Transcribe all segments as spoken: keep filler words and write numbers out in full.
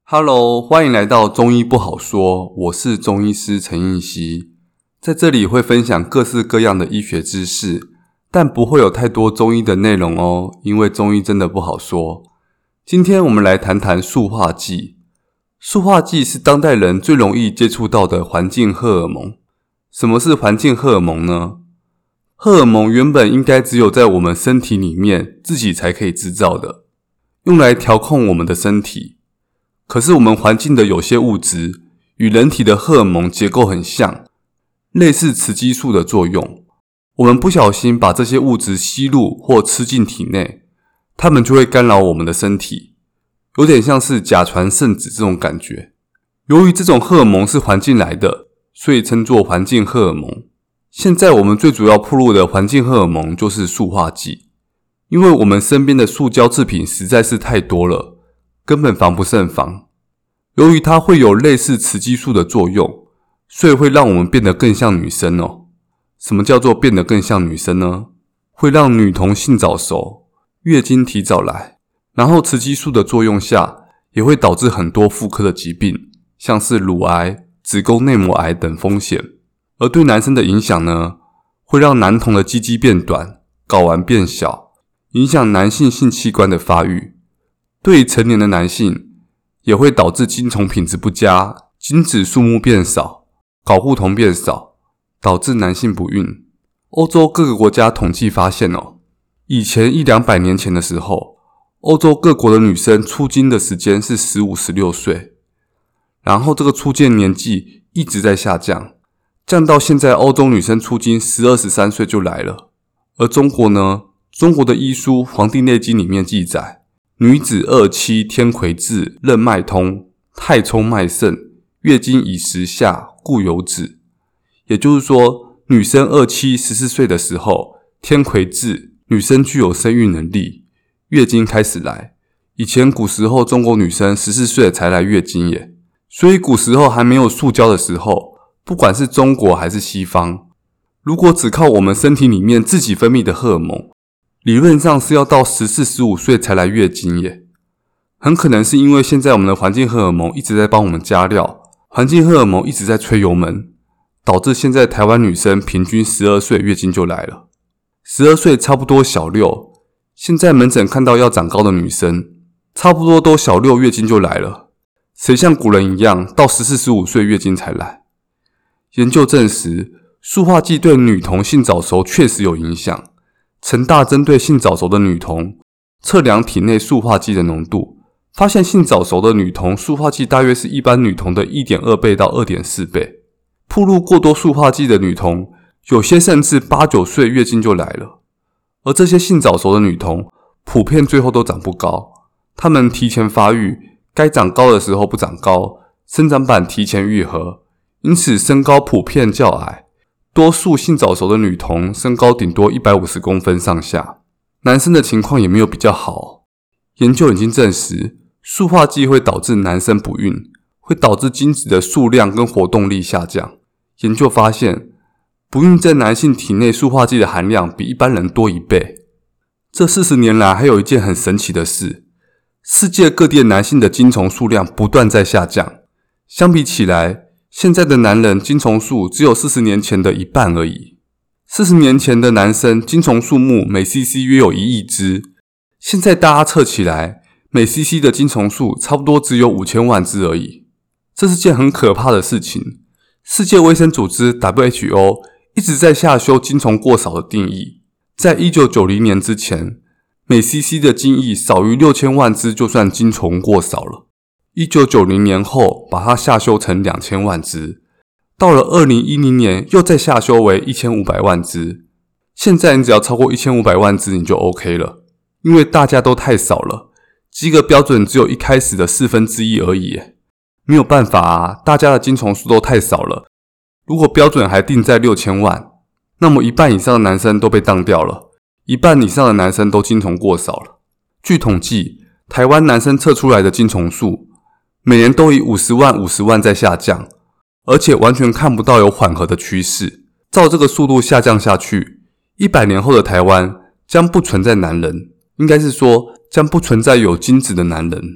Hello， 欢迎来到中医不好说，我是中医师陈映希，在这里会分享各式各样的医学知识，但不会有太多中医的内容哦，因为中医真的不好说。今天我们来谈谈塑化剂。塑化剂是当代人最容易接触到的环境荷尔蒙。什么是环境荷尔蒙呢？荷尔蒙原本应该只有在我们身体里面自己才可以制造的，用来调控我们的身体。可是我们环境的有些物质与人体的荷尔蒙结构很像，类似雌激素的作用。我们不小心把这些物质吸入或吃进体内，它们就会干扰我们的身体，有点像是甲传圣旨这种感觉。由于这种荷尔蒙是环境来的，所以称作环境荷尔蒙。现在我们最主要暴露的环境荷尔蒙就是塑化剂，因为我们身边的塑胶制品实在是太多了，根本防不胜防。由于它会有类似雌激素的作用，所以会让我们变得更像女生哦。什么叫做变得更像女生呢？会让女童性早熟，月经提早来，然后雌激素的作用下，也会导致很多妇科的疾病，像是乳癌、子宫内膜癌等风险。而对男生的影响呢，会让男童的鸡鸡变短，睾丸变小，影响男性性器官的发育。对于成年的男性，也会导致精虫品质不佳，精子数目变少，睾固酮变少，导致男性不孕。欧洲各个国家统计发现哦，以前一两百年前的时候，欧洲各国的女生出经的时间是十五、十六岁，然后这个出经年纪一直在下降，降到现在欧洲女生出经十二、十三岁就来了。而中国呢，中国的医书《黄帝内经》里面记载，女子二七天癸至，任脉通，太冲脉盛，月经已时下，故有子。也就是说，女生二七十四岁的时候，天癸至，女生具有生育能力，月经开始来。以前古时候中国女生十四岁才来月经耶，所以古时候还没有塑胶的时候，不管是中国还是西方，如果只靠我们身体里面自己分泌的荷尔蒙，理论上是要到十四、十五岁才来月经耶。很可能是因为现在我们的环境荷尔蒙一直在帮我们加料，环境荷尔蒙一直在吹油门，导致现在台湾女生平均十二岁月经就来了。十二岁差不多小六，现在门诊看到要长高的女生，差不多都小六月经就来了。谁像古人一样到十四、十五岁月经才来？研究证实，塑化剂对女童性早熟确实有影响。成大针对性早熟的女童测量体内塑化剂的浓度，发现性早熟的女童塑化剂大约是一般女童的 一点二倍到 二点四倍。暴露过多塑化剂的女童，有些甚至八九岁月经就来了。而这些性早熟的女童，普遍最后都长不高，她们提前发育，该长高的时候不长高，生长板提前愈合，因此身高普遍较矮。多数性早熟的女童身高顶多一百五十公分上下，男生的情况也没有比较好。研究已经证实，塑化剂会导致男生不孕，会导致精子的数量跟活动力下降。研究发现，不孕症男性体内塑化剂的含量比一般人多一倍。这四十年来还有一件很神奇的事，世界各地男性的精虫数量不断在下降，相比起来，现在的男人精虫数只有四十年前的一半而已。四十年前的男生精虫数目每 C C 约有一亿只，现在大家测起来，每 C C 的精虫数差不多只有五千万只而已。这是件很可怕的事情。世界卫生组织 W H O 一直在下修精虫过少的定义。在一九九零年之前，每 C C 的精液少于六千万只就算精虫过少了。一九九零年后把它下修成两千万只，到了二零一零年又再下修为一千五百万只。现在你只要超过一千五百万只你就 OK 了，因为大家都太少了，及格标准只有一开始的四分之一而已。没有办法啊，大家的精虫数都太少了。如果标准还定在六千万，那么一半以上的男生都被当掉了，一半以上的男生都精虫过少了。据统计，台湾男生测出来的精虫数每年都以五十万、五十万在下降，而且完全看不到有缓和的趋势。照这个速度下降下去，一百年后的台湾将不存在男人，应该是说将不存在有精子的男人。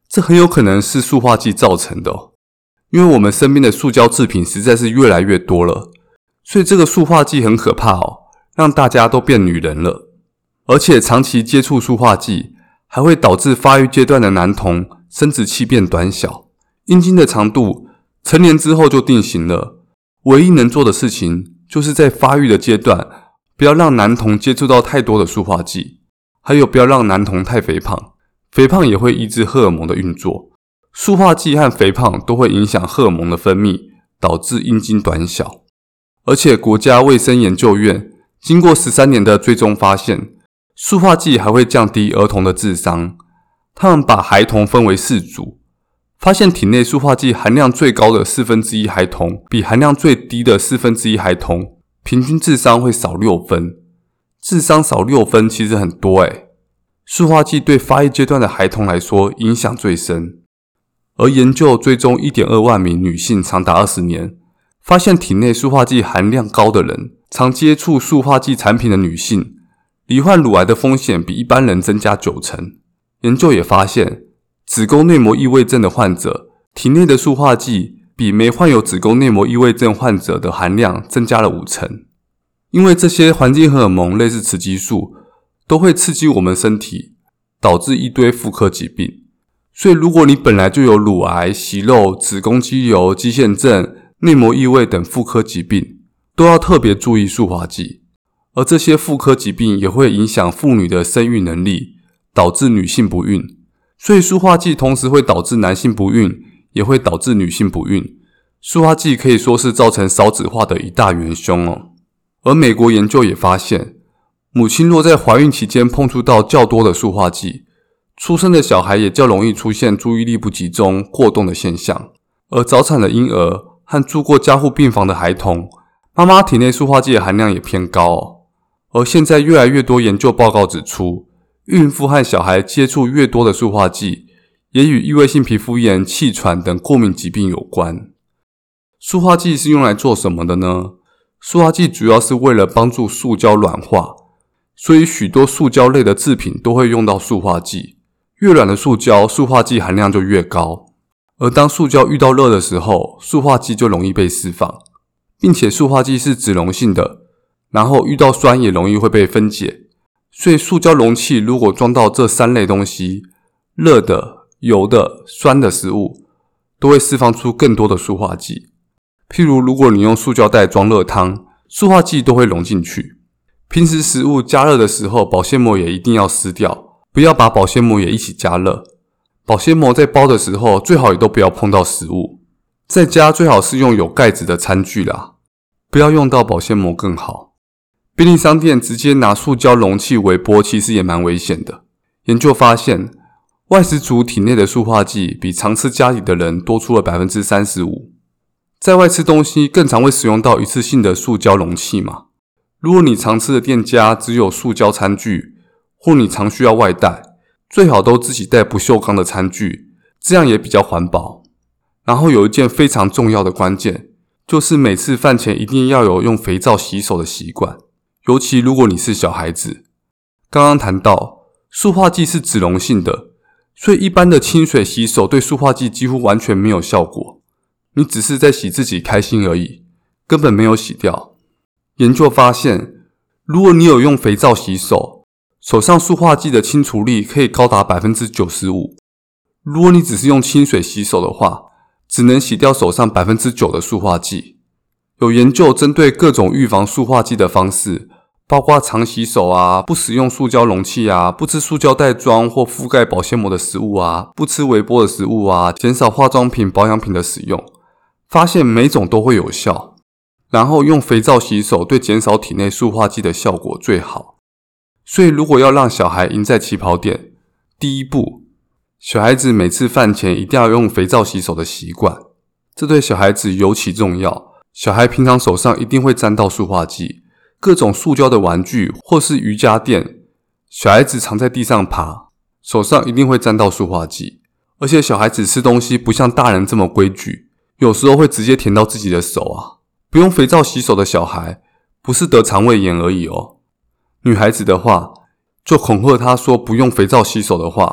这很有可能是塑化剂造成的哦，因为我们身边的塑胶制品实在是越来越多了，所以这个塑化剂很可怕哦，让大家都变女人了。而且长期接触塑化剂还会导致发育阶段的男童生殖器变短小，阴茎的长度成年之后就定型了，唯一能做的事情就是在发育的阶段不要让男童接触到太多的塑化剂，还有不要让男童太肥胖，肥胖也会抑制荷尔蒙的运作，塑化剂和肥胖都会影响荷尔蒙的分泌，导致阴茎短小。而且国家卫生研究院经过十三年的追踪发现，塑化剂还会降低儿童的智商。他们把孩童分为四组，发现体内塑化剂含量最高的四分之一孩童比含量最低的四分之一孩童平均智商会少六分。智商少六分其实很多诶，塑化剂对发育阶段的孩童来说影响最深。而研究追踪 一点二万名女性长达二十年，发现体内塑化剂含量高的人，常接触塑化剂产品的女性，罹患乳癌的风险比一般人增加九成。研究也发现，子宫内膜异位症的患者体内的塑化剂比没患有子宫内膜异位症患者的含量增加了五成。因为这些环境荷尔蒙类似雌激素都会刺激我们身体，导致一堆妇科疾病。所以如果你本来就有乳癌、息肉、子宫肌瘤、肌腺症、内膜异位等妇科疾病，都要特别注意塑化剂。而这些妇科疾病也会影响妇女的生育能力，导致女性不孕。所以塑化剂同时会导致男性不孕，也会导致女性不孕。塑化剂可以说是造成少子化的一大元凶哦。而美国研究也发现，母亲若在怀孕期间碰触到较多的塑化剂，出生的小孩也较容易出现注意力不集中、过动的现象。而早产的婴儿和住过加护病房的孩童，妈妈体内塑化剂的含量也偏高哦。而现在越来越多研究报告指出，孕妇和小孩接触越多的塑化剂，也与异位性皮肤炎、气喘等过敏疾病有关。塑化剂是用来做什么的呢？塑化剂主要是为了帮助塑胶软化，所以许多塑胶类的制品都会用到塑化剂。越软的塑胶，塑化剂含量就越高。而当塑胶遇到热的时候，塑化剂就容易被释放，并且塑化剂是脂溶性的，然后遇到酸也容易会被分解。所以塑胶容器如果装到这三类东西，热的、油的、酸的食物，都会释放出更多的塑化剂。譬如如果你用塑胶袋装热汤，塑化剂都会溶进去。平时食物加热的时候，保鲜膜也一定要撕掉，不要把保鲜膜也一起加热。保鲜膜在包的时候，最好也都不要碰到食物。在家最好是用有盖子的餐具啦，不要用到保鲜膜更好。便利商店直接拿塑胶容器微波，其实也蛮危险的。研究发现，外食族体内的塑化剂比常吃家里的人多出了 百分之三十五。在外吃东西更常会使用到一次性的塑胶容器嘛。如果你常吃的店家只有塑胶餐具，或你常需要外带，最好都自己带不锈钢的餐具，这样也比较环保。然后有一件非常重要的关键，就是每次饭前一定要有用肥皂洗手的习惯，尤其如果你是小孩子。刚刚谈到塑化剂是脂溶性的，所以一般的清水洗手对塑化剂几乎完全没有效果，你只是在洗自己开心而已，根本没有洗掉。研究发现，如果你有用肥皂洗手，手上塑化剂的清除力可以高达 百分之九十五。如果你只是用清水洗手的话，只能洗掉手上 百分之九 的塑化剂。有研究针对各种预防塑化剂的方式，包括常洗手啊，不使用塑胶容器啊，不吃塑胶袋装或覆盖保鲜膜的食物啊，不吃微波的食物啊，减少化妆品、保养品的使用，发现每种都会有效。然后用肥皂洗手对减少体内塑化剂的效果最好。所以如果要让小孩赢在起跑点，第一步，小孩子每次饭前一定要用肥皂洗手的习惯，这对小孩子尤其重要。小孩平常手上一定会沾到塑化剂，各种塑胶的玩具或是瑜伽垫，小孩子常在地上爬，手上一定会沾到塑化剂。而且小孩子吃东西不像大人这么规矩，有时候会直接舔到自己的手啊。不用肥皂洗手的小孩，不是得肠胃炎而已哦。女孩子的话，就恐吓她说不用肥皂洗手的话，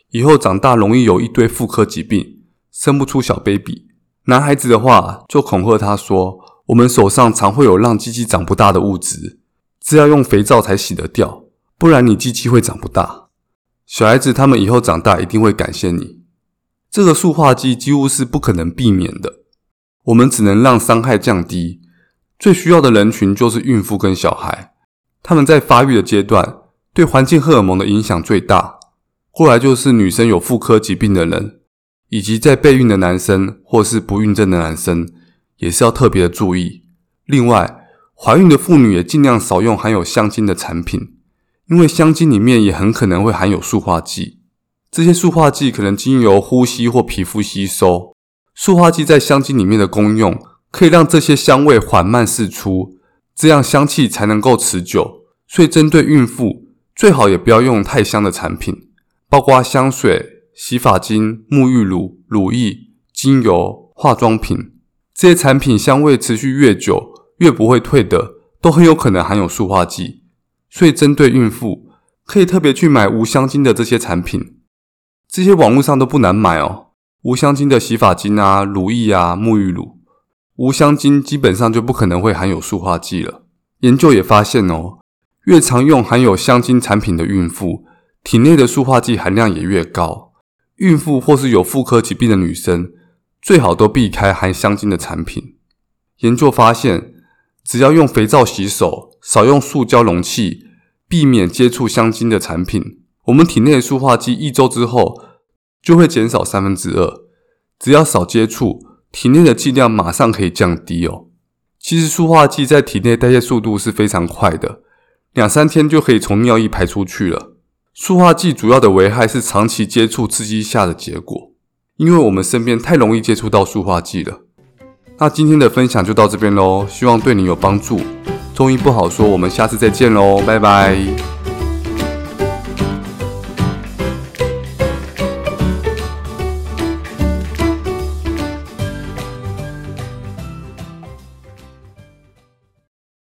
以后长大容易有一堆妇科疾病，生不出小 baby。 男孩子的话就恐吓他说，我们手上常会有让鸡鸡长不大的物质，只要用肥皂才洗得掉，不然你鸡鸡会长不大。小孩子他们以后长大一定会感谢你。这个塑化剂几乎是不可能避免的，我们只能让伤害降低。最需要的人群就是孕妇跟小孩，他们在发育的阶段，对环境荷尔蒙的影响最大。过来就是女生有妇科疾病的人，以及在备孕的男生或是不孕症的男生，也是要特别的注意。另外，怀孕的妇女也尽量少用含有香精的产品，因为香精里面也很可能会含有塑化剂。这些塑化剂可能经由呼吸或皮肤吸收。塑化剂在香精里面的功用，可以让这些香味缓慢释出，这样香气才能够持久。所以针对孕妇，最好也不要用太香的产品，包括香水、洗发精、沐浴乳、乳液、精油、化妆品。这些产品香味持续越久，越不会退的，都很有可能含有塑化剂。所以针对孕妇，可以特别去买无香精的这些产品。这些网络上都不难买哦，无香精的洗发精啊、乳液啊、沐浴乳。无香精基本上就不可能会含有塑化剂了。研究也发现哦，越常用含有香精产品的孕妇，体内的塑化剂含量也越高。孕妇或是有妇科疾病的女生，最好都避开含香精的产品。研究发现，只要用肥皂洗手，少用塑胶容器，避免接触香精的产品，我们体内的塑化剂一周之后就会减少三分之二。只要少接触，体内的剂量马上可以降低哦。其实塑化剂在体内代谢速度是非常快的，两三天就可以从尿液排出去了。塑化剂主要的危害是长期接触刺激下的结果，因为我们身边太容易接触到塑化剂了。那今天的分享就到这边咯，希望对你有帮助。中医不好说，我们下次再见咯，拜拜。